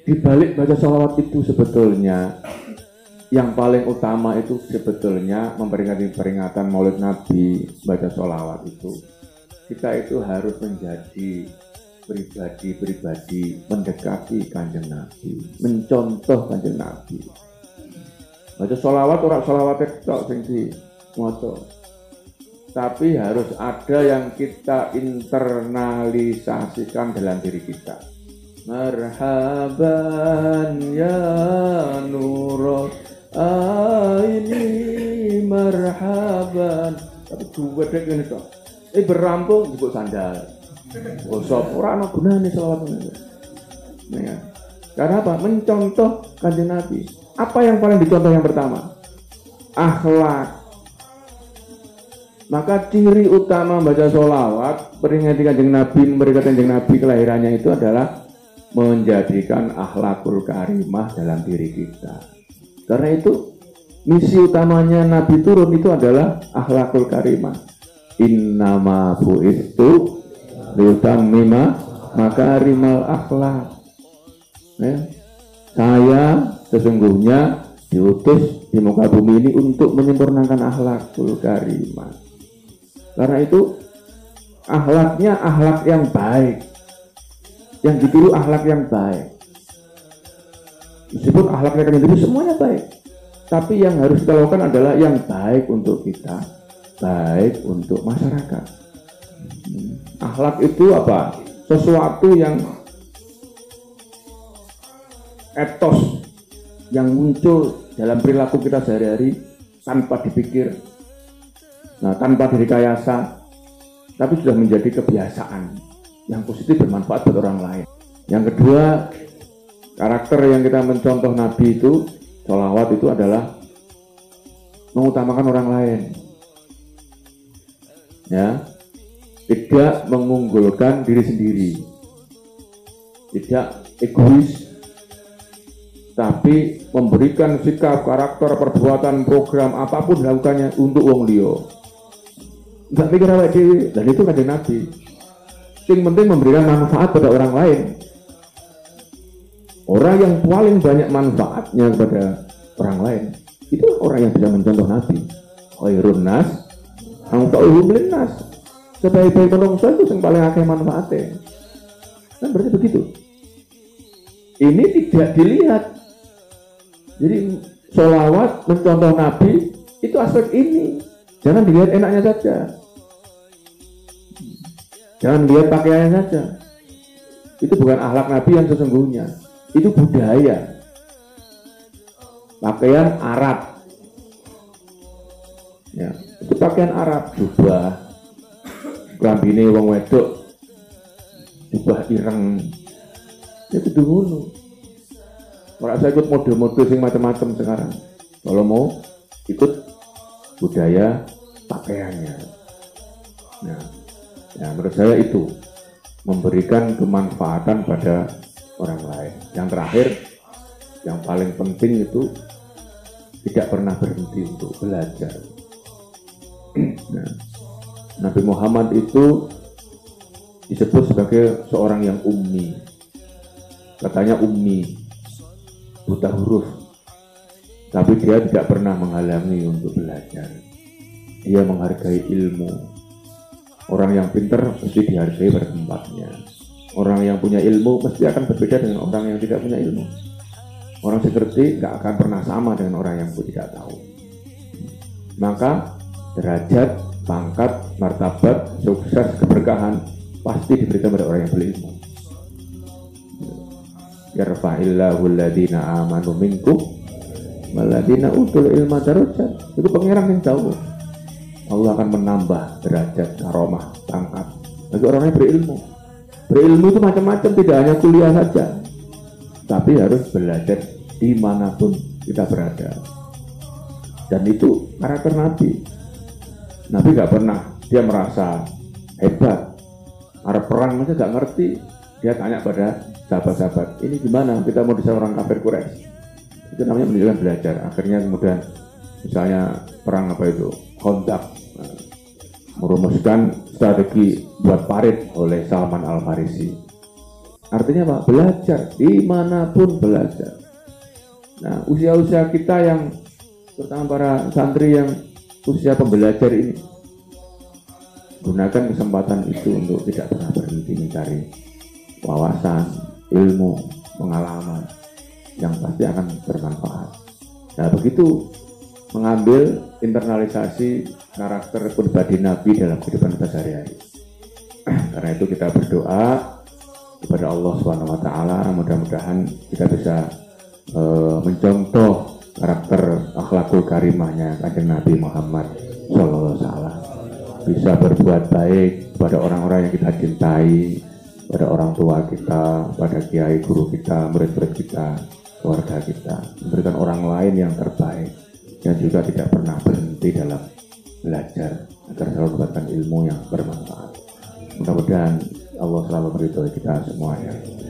di balik baca sholawat itu sebetulnya yang paling utama itu sebetulnya memperingati peringatan Maulid Nabi, baca sholawat itu kita itu harus menjadi pribadi mendekati Kanjeng Nabi, mencontoh Kanjeng Nabi. Baca sholawat orang sholawat tok sing dimaca. Tapi harus ada yang kita internalisasikan dalam diri kita. Marhaban ya nurul aini marhaban. Tapi dua dek ngene tok. Berampung jebuk sandal. Gosok ora ana gunane selawat ngene. Ya. Karena apa? Mencontoh Kanjeng Nabi. Apa yang paling dicontoh yang pertama? Akhlak. Maka ciri utama membaca sholawat, peringati Kanjeng Nabi, memberikan Kanjeng Nabi kelahirannya itu adalah menjadikan akhlakul karimah dalam diri kita. Karena itu misi utamanya Nabi turun itu adalah akhlakul karimah. Innama bu'istu liyutammima makarimal akhlak. Ya. Saya sesungguhnya diutus di muka bumi ini untuk menyempurnakan akhlakul karimah. Karena itu akhlaknya akhlak yang baik, yang ditiru akhlak yang baik. Meskipun akhlaknya kan itu semuanya baik, tapi yang harus kita lakukan adalah yang baik untuk kita, baik untuk masyarakat. Akhlak itu apa? Sesuatu yang etos yang muncul dalam perilaku kita sehari-hari tanpa dipikir, tanpa direkayasa, tapi sudah menjadi kebiasaan yang positif bermanfaat buat orang lain. Yang kedua, karakter yang kita mencontoh Nabi itu, sholawat itu adalah mengutamakan orang lain, ya, tidak mengunggulkan diri sendiri, tidak egois, tapi memberikan sikap, karakter, perbuatan, program apapun dilakukannya untuk wong liya. Enggak mikir awake dhewe, dan itu Kanjeng Nabi. Yang penting memberikan manfaat pada orang lain. Orang yang paling banyak manfaatnya kepada orang lain itu orang yang bisa mencontoh Nabi. Khairun nas anfa'uhum linnas. Sebaik-baik manusia itu yang paling akeh manfaatnya. Kan berarti begitu. Ini tidak dilihat. Jadi sholawat mencontoh Nabi itu aspek ini. Jangan dilihat enaknya saja. Jangan lihat pakaiannya saja. Itu bukan akhlak Nabi yang sesungguhnya. Itu budaya. Pakaian Arab. Ya, itu pakaian Arab, jubah. Klambine wong wedok. Jubah ireng. Itu dulu. Ora saya ikut mode-mode sing macam-macam sekarang. Kalau mau ikut budaya pakaiannya. Nah, ya menurut saya itu memberikan kemanfaatan pada orang lain. Yang terakhir, yang paling penting itu tidak pernah berhenti untuk belajar. Nah, Nabi Muhammad itu disebut sebagai seorang yang ummi. Katanya ummi, buta huruf. Tapi dia tidak pernah menghalangi untuk belajar. Dia menghargai ilmu. Orang yang pintar mesti dihargai pada tempatnya. Orang yang punya ilmu pasti akan berbeda dengan orang yang tidak punya ilmu. Orang seperti nggak akan pernah sama dengan orang yang tidak tahu. Maka derajat, pangkat, martabat, sukses, keberkahan pasti diberikan pada orang yang berilmu. Yarfa'illahu alladhina amanu minkum waladina utul ilma darajat. Itu pangeran yang tahu. Allah akan menambah derajat, karomah, pangkat bagi orang yang berilmu. Berilmu itu macam-macam, tidak hanya kuliah saja, tapi harus belajar dimanapun kita berada. Dan itu karakter Nabi. Nabi gak pernah dia merasa hebat. Ada perang aja gak ngerti. Dia tanya pada sahabat-sahabat, ini gimana kita mau diserang orang kafir Quraisy? Itu namanya menunjukkan belajar. Akhirnya kemudian misalnya perang apa itu, Khandaq, merumuskan strategi buat parit oleh Salman Al-Farisi. Artinya apa? Belajar, dimanapun belajar. Nah, usia-usia kita yang, terutama para santri yang usia pembelajar ini, gunakan kesempatan itu untuk tidak pernah berhenti mencari wawasan, ilmu, pengalaman yang pasti akan bermanfaat. Nah, begitu mengambil internalisasi karakter pribadi Nabi dalam kehidupan kita sehari-hari. Karena itu kita berdoa kepada Allah SWT, mudah-mudahan kita bisa mencontoh karakter akhlakul karimahnya Kanjeng Nabi Muhammad SAW, bisa berbuat baik pada orang-orang yang kita cintai, pada orang tua kita, pada kiai guru kita, murid-murid kita, keluarga kita, memberikan orang lain yang terbaik, dan juga tidak pernah berhenti dalam belajar agar selalu mendapatkan ilmu yang bermanfaat. Mudah-mudahan Allah selalu meridhoi kita semuanya.